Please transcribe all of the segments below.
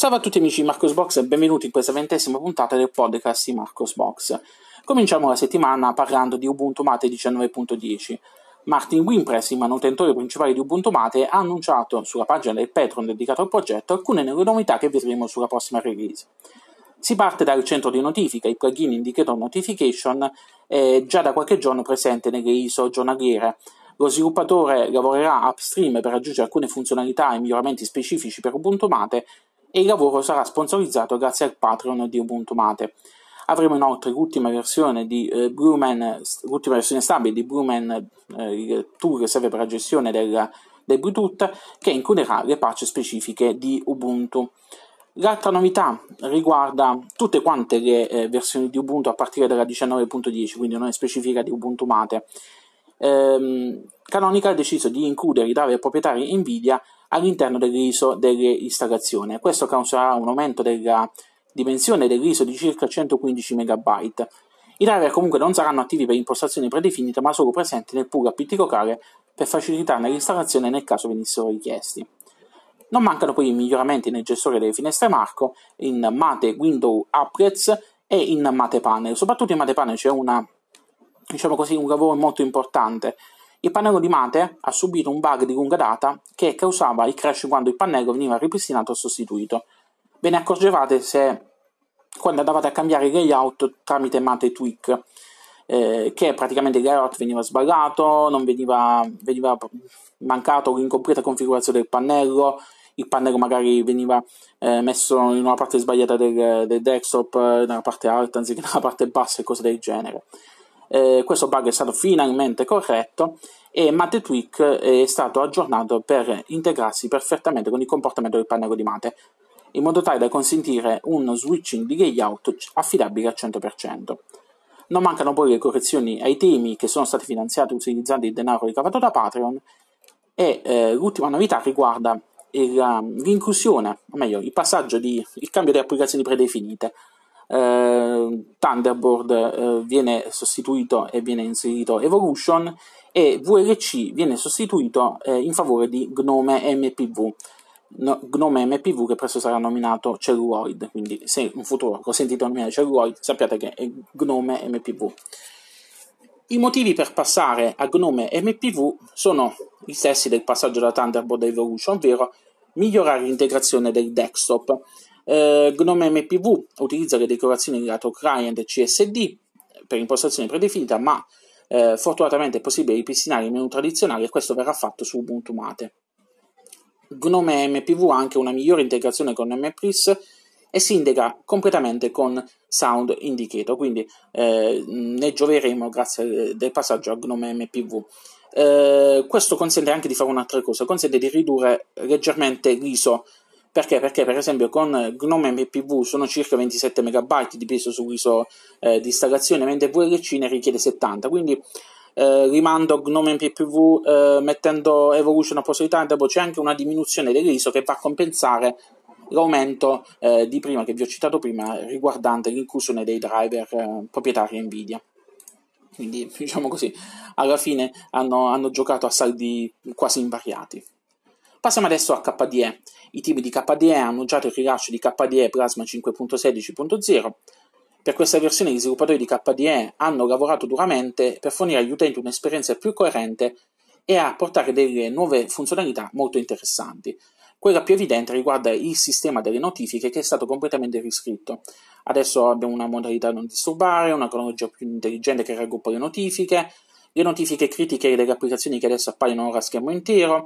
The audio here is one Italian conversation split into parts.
Salve a tutti amici di Marcosbox e benvenuti in questa 20ª puntata del podcast di Marcosbox. Cominciamo la settimana parlando di Ubuntu Mate 19.10. Martin Wimpress, il manutentore principale di Ubuntu Mate, ha annunciato sulla pagina del Patreon dedicato al progetto alcune novità che vedremo sulla prossima release. Si parte dal centro di notifica, il plugin Indicator Notification è già da qualche giorno presente nelle ISO giornaliere. Lo sviluppatore lavorerà upstream per aggiungere alcune funzionalità e miglioramenti specifici per Ubuntu Mate e il lavoro sarà sponsorizzato grazie al Patreon di Ubuntu Mate. Avremo inoltre l'ultima versione l'ultima versione stabile di Blueman, il tool che serve per la gestione del Bluetooth, che includerà le patch specifiche di Ubuntu. L'altra novità riguarda tutte quante le versioni di Ubuntu a partire dalla 19.10, quindi non è specifica di Ubuntu Mate. Canonical ha deciso di includere i driver proprietari NVIDIA all'interno dell'ISO dell'installazione. Questo causerà un aumento della dimensione dell'ISO di circa 115 MB. I driver comunque non saranno attivi per impostazioni predefinite, ma solo presenti nel pool APT locale per facilitarne l'installazione nel caso venissero richiesti. Non mancano poi i miglioramenti nel gestore delle finestre Marco, in Mate Window Applets e in Mate Panel. Soprattutto in Mate Panel c'è un lavoro molto importante. Il pannello di Mate ha subito un bug di lunga data che causava il crash quando il pannello veniva ripristinato o sostituito. Ve ne accorgevate se quando andavate a cambiare il layout tramite Mate Tweak, che praticamente il layout veniva sbagliato, non veniva mancato l'incompleta configurazione del pannello, il pannello magari veniva messo in una parte sbagliata del desktop, nella parte alta anziché nella parte bassa e cose del genere. Questo bug è stato finalmente corretto e Mate Tweak è stato aggiornato per integrarsi perfettamente con il comportamento del pannello di Mate, in modo tale da consentire un switching di layout affidabile al 100%. Non mancano poi le correzioni ai temi che sono stati finanziati utilizzando il denaro ricavato da Patreon e l'ultima novità riguarda l'inclusione, o meglio, il cambio di applicazioni predefinite. Thunderbird viene sostituito e viene inserito Evolution e VLC viene sostituito in favore di Gnome MPV. Gnome MPV che presto sarà nominato Celluloid, quindi se in futuro lo sentite nominare Celluloid sappiate che è Gnome MPV. I motivi per passare a Gnome MPV sono gli stessi del passaggio da Thunderbird a Evolution, ovvero migliorare l'integrazione del desktop. Gnome MPV utilizza le decorazioni di lato client CSD per impostazioni predefinite, ma fortunatamente è possibile ripristinare il menu tradizionale e questo verrà fatto su Ubuntu Mate. Gnome MPV ha anche una migliore integrazione con MPRIS e si integra completamente con Sound Indicator, quindi ne gioveremo grazie del passaggio a Gnome MPV. Questo consente anche di fare un'altra cosa, consente di ridurre leggermente l'ISO. Perché? Perché per esempio con Gnome MPV sono circa 27 MB di peso sull'ISO di installazione, mentre VLC ne richiede 70, quindi rimando Gnome MPV mettendo Evolution a posto di Thunderbird c'è anche una diminuzione dell'ISO che va a compensare l'aumento di prima che vi ho citato prima riguardante l'inclusione dei driver proprietari NVIDIA. Quindi diciamo così, alla fine hanno giocato a saldi quasi invariati. Passiamo adesso a KDE. I team di KDE hanno annunciato il rilascio di KDE Plasma 5.16.0. Per questa versione gli sviluppatori di KDE hanno lavorato duramente per fornire agli utenti un'esperienza più coerente e a portare delle nuove funzionalità molto interessanti. Quella più evidente riguarda il sistema delle notifiche che è stato completamente riscritto. Adesso abbiamo una modalità non disturbare, una cronologia più intelligente che raggruppa le notifiche critiche delle applicazioni che adesso appaiono ora a schermo intero,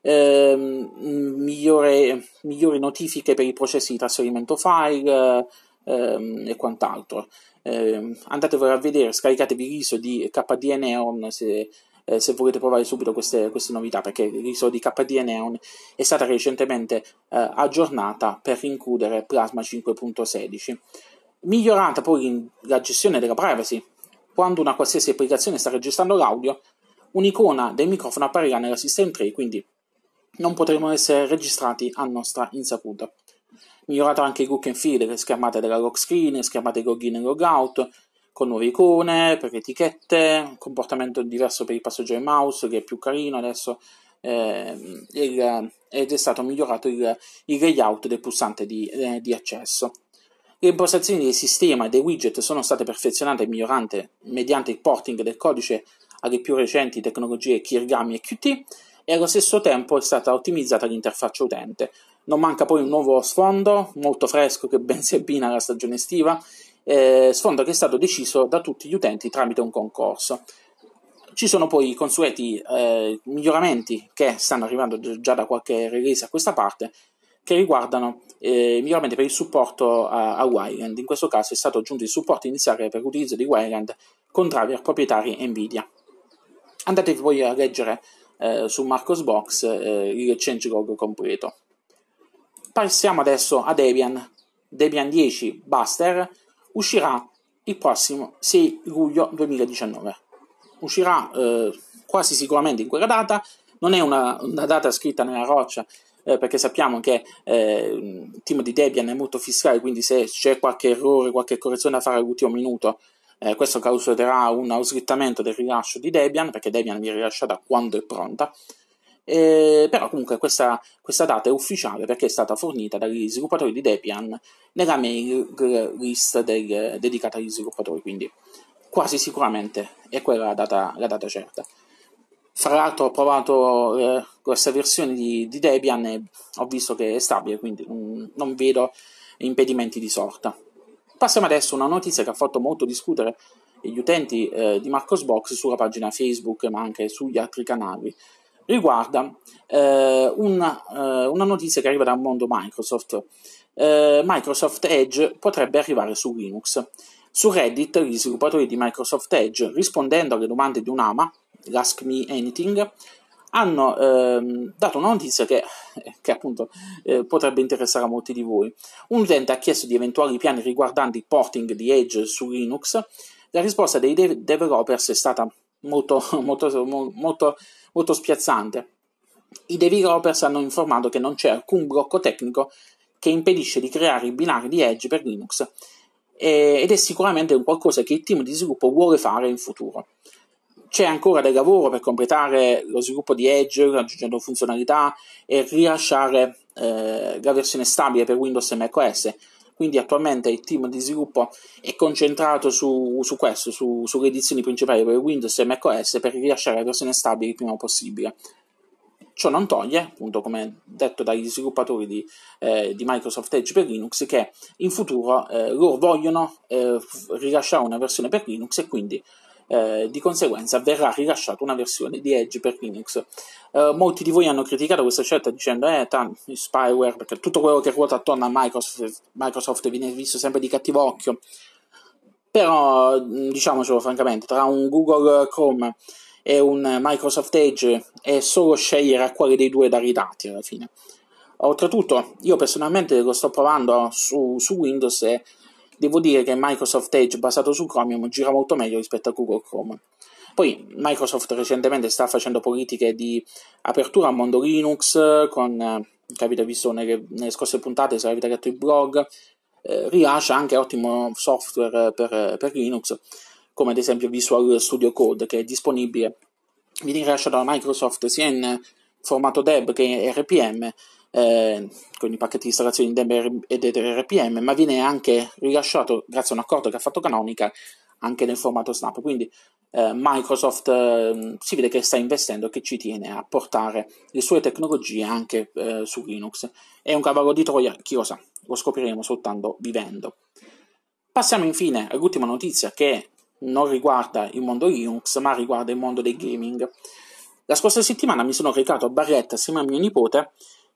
migliori notifiche per i processi di trasferimento file e quant'altro. Andatevelo a vedere, scaricatevi l'ISO di KDE Neon se volete provare subito queste novità, perché l'ISO di KDE Neon è stata recentemente aggiornata per includere Plasma 5.16. Migliorata poi la gestione della privacy. Quando una qualsiasi applicazione sta registrando l'audio, un'icona del microfono apparirà nella System Tray, quindi non potremo essere registrati a nostra insaputa. Migliorato anche il look and feel delle schermate della lock screen, schermate login e logout, con nuove icone, per le etichette, comportamento diverso per il passaggio del mouse che è più carino adesso, ed è stato migliorato il layout del pulsante di accesso. Le impostazioni del sistema e dei widget sono state perfezionate e migliorate mediante il porting del codice alle più recenti tecnologie Kirigami e Qt, e allo stesso tempo è stata ottimizzata l'interfaccia utente. Non manca poi un nuovo sfondo molto fresco che ben si abbina alla stagione estiva, sfondo che è stato deciso da tutti gli utenti tramite un concorso. Ci sono poi i consueti miglioramenti che stanno arrivando già da qualche release a questa parte, che riguardano miglioramenti per il supporto a Wayland. In questo caso è stato aggiunto il supporto iniziale per l'utilizzo di Wayland con driver proprietari NVIDIA. Andate poi a leggere su Marcosbox il changelog completo. Passiamo adesso a Debian. Debian 10 Buster uscirà il prossimo 6 luglio 2019. Uscirà quasi sicuramente in quella data. Non è una data scritta nella roccia, perché sappiamo che il team di Debian è molto fiscale, quindi se c'è qualche errore, qualche correzione da fare all'ultimo minuto, questo causerà un slittamento del rilascio di Debian, perché Debian viene rilasciata quando è pronta. Però comunque questa data è ufficiale perché è stata fornita dagli sviluppatori di Debian nella mail list dedicata agli sviluppatori, quindi quasi sicuramente è quella la data certa. Fra l'altro ho provato questa versione di Debian e ho visto che è stabile, quindi non vedo impedimenti di sorta. Passiamo adesso a una notizia che ha fatto molto discutere gli utenti di Marcosbox sulla pagina Facebook, ma anche sugli altri canali. Riguarda una notizia che arriva dal mondo Microsoft. Microsoft Edge potrebbe arrivare su Linux. Su Reddit gli sviluppatori di Microsoft Edge, rispondendo alle domande di un'AMA, l'Ask Me Anything, hanno dato una notizia che appunto potrebbe interessare a molti di voi. Un utente ha chiesto di eventuali piani riguardanti il porting di Edge su Linux. La risposta dei developers è stata molto spiazzante. I developers hanno informato che non c'è alcun blocco tecnico che impedisce di creare i binari di Edge per Linux, ed è sicuramente un qualcosa che il team di sviluppo vuole fare in futuro. C'è ancora del lavoro per completare lo sviluppo di Edge, aggiungendo funzionalità e rilasciare la versione stabile per Windows e macOS. Quindi attualmente il team di sviluppo è concentrato su questo, sulle edizioni principali per Windows e macOS, per rilasciare la versione stabile il prima possibile. Ciò non toglie, appunto, come detto dagli sviluppatori di Microsoft Edge per Linux, che in futuro loro vogliono rilasciare una versione per Linux e quindi di conseguenza verrà rilasciata una versione di Edge per Linux. Molti di voi hanno criticato questa scelta dicendo spyware, perché tutto quello che ruota attorno a Microsoft viene visto sempre di cattivo occhio. Però diciamocelo francamente, tra un Google Chrome e un Microsoft Edge è solo scegliere a quale dei due dare i dati alla fine. Oltretutto io personalmente lo sto provando su Windows e devo dire che Microsoft Edge basato su Chromium gira molto meglio rispetto a Google Chrome. Poi Microsoft recentemente sta facendo politiche di apertura al mondo Linux, che avete visto nelle scorse puntate, se avete letto il blog, rilascia anche ottimo software per Linux, come ad esempio Visual Studio Code, che è disponibile, viene rilasciato da Microsoft sia in formato DEB che RPM, con i pacchetti di installazione in DEB ed RPM, ma viene anche rilasciato grazie a un accordo che ha fatto Canonical anche nel formato Snap. Quindi Microsoft si vede che sta investendo e che ci tiene a portare le sue tecnologie anche su Linux. È un cavallo di Troia, chi lo sa, lo scopriremo soltanto vivendo. Passiamo infine all'ultima notizia, che non riguarda il mondo Linux ma riguarda il mondo del gaming. La scorsa settimana mi sono recato a Barletta assieme a mio nipote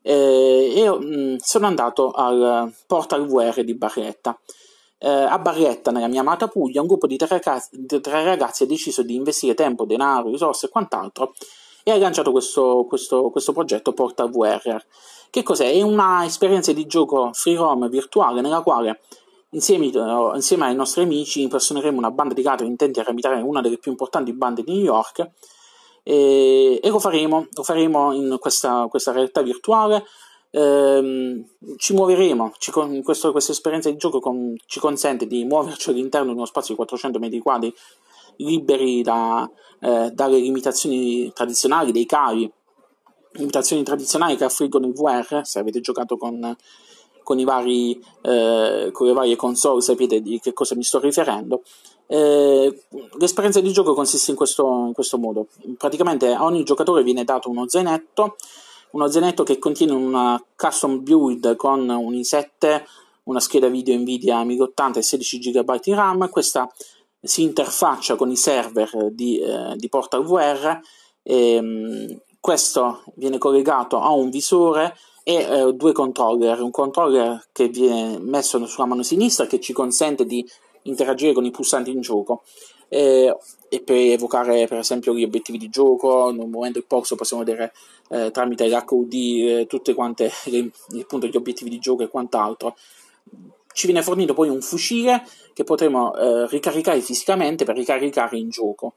e sono andato al Portal VR di Barletta. A Barletta, nella mia amata Puglia, un gruppo di tre ragazzi ha deciso di investire tempo, denaro, risorse e quant'altro e ha lanciato questo progetto Portal VR. Che cos'è? È una esperienza di gioco free roam virtuale nella quale insieme ai nostri amici impersoneremo una banda di ladri intenti a rapire una delle più importanti bande di New York, e lo faremo in questa realtà virtuale. Ci muoveremo, questa esperienza di gioco ci consente di muoverci all'interno di uno spazio di 400 metri quadri liberi dalle limitazioni tradizionali dei cavi imitazioni tradizionali che affliggono il VR. Se avete giocato con le varie console sapete di che cosa mi sto riferendo. L'esperienza di gioco consiste in questo modo. Praticamente a ogni giocatore viene dato uno zainetto che contiene una custom build con un i7, una scheda video Nvidia 1080 e 16 GB di RAM. Questa si interfaccia con i server di Portal VR. Questo viene collegato a un visore e due controller, un controller che viene messo sulla mano sinistra che ci consente di interagire con i pulsanti in gioco e per evocare per esempio gli obiettivi di gioco. Nel momento del polso possiamo vedere tramite l'HUD tutte quante appunto gli obiettivi di gioco e quant'altro. Ci viene fornito poi un fucile che potremo ricaricare fisicamente per ricaricare in gioco.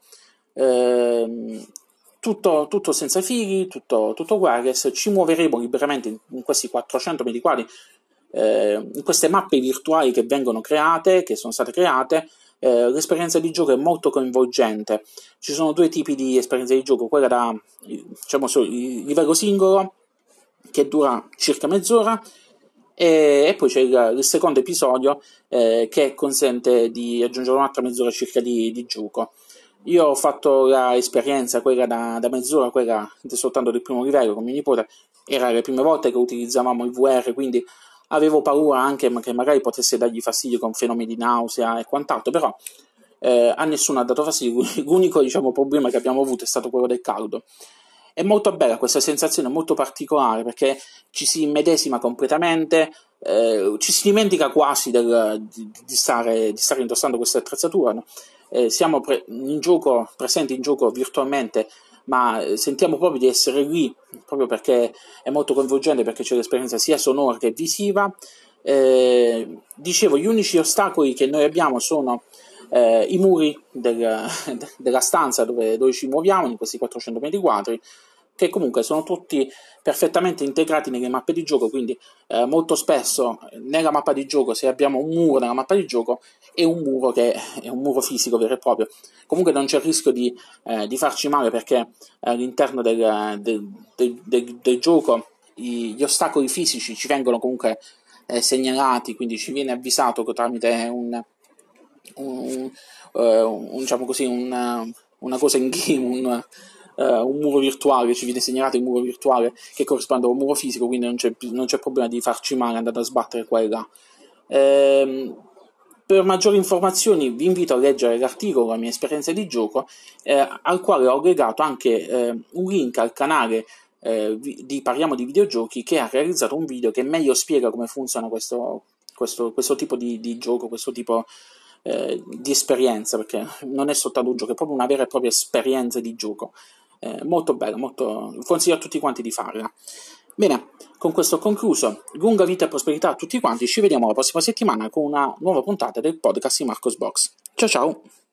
Tutto senza fili, tutto wireless. Ci muoveremo liberamente in questi 400 metri quadri, in queste mappe virtuali che vengono create, che sono state create. L'esperienza di gioco è molto coinvolgente. Ci sono due tipi di esperienza di gioco: quella da il livello singolo che dura circa mezz'ora, e poi c'è il secondo episodio che consente di aggiungere un'altra mezz'ora circa di gioco. Io ho fatto l'esperienza, quella da mezz'ora, quella soltanto del primo livello con mio nipote. Era le prime volte che utilizzavamo il VR, quindi avevo paura anche che magari potesse dargli fastidio con fenomeni di nausea e quant'altro, però a nessuno ha dato fastidio. L'unico problema che abbiamo avuto è stato quello del caldo. È molto bella questa sensazione, molto particolare, perché ci si immedesima completamente, ci si dimentica quasi di stare indossando questa attrezzatura, no? Siamo presenti in gioco virtualmente, ma sentiamo proprio di essere lì, proprio perché è molto coinvolgente, perché c'è l'esperienza sia sonora che visiva. Dicevo, gli unici ostacoli che noi abbiamo sono i muri della stanza dove ci muoviamo, in questi 400 metri quadri, che comunque sono tutti perfettamente integrati nelle mappe di gioco, quindi molto spesso nella mappa di gioco, se abbiamo un muro nella mappa di gioco, è un muro che è un muro fisico vero e proprio. Comunque non c'è il rischio di farci male, perché all'interno del gioco gli ostacoli fisici ci vengono comunque segnalati, quindi ci viene avvisato tramite una cosa in game, un muro virtuale. Ci viene segnalato il muro virtuale che corrisponde a un muro fisico, quindi non c'è problema di farci male andando a sbattere qua e là. Per maggiori informazioni vi invito a leggere l'articolo, la mia esperienza di gioco, al quale ho legato anche un link al canale di Parliamo di Videogiochi, che ha realizzato un video che meglio spiega come funziona questo tipo di gioco, questo tipo di esperienza, perché non è soltanto un gioco, è proprio una vera e propria esperienza di gioco. Molto bella, consiglio a tutti quanti di farla. Bene, con questo ho concluso. Lunga vita e prosperità a tutti quanti. Ci vediamo la prossima settimana con una nuova puntata del podcast di Marcos Box. Ciao ciao!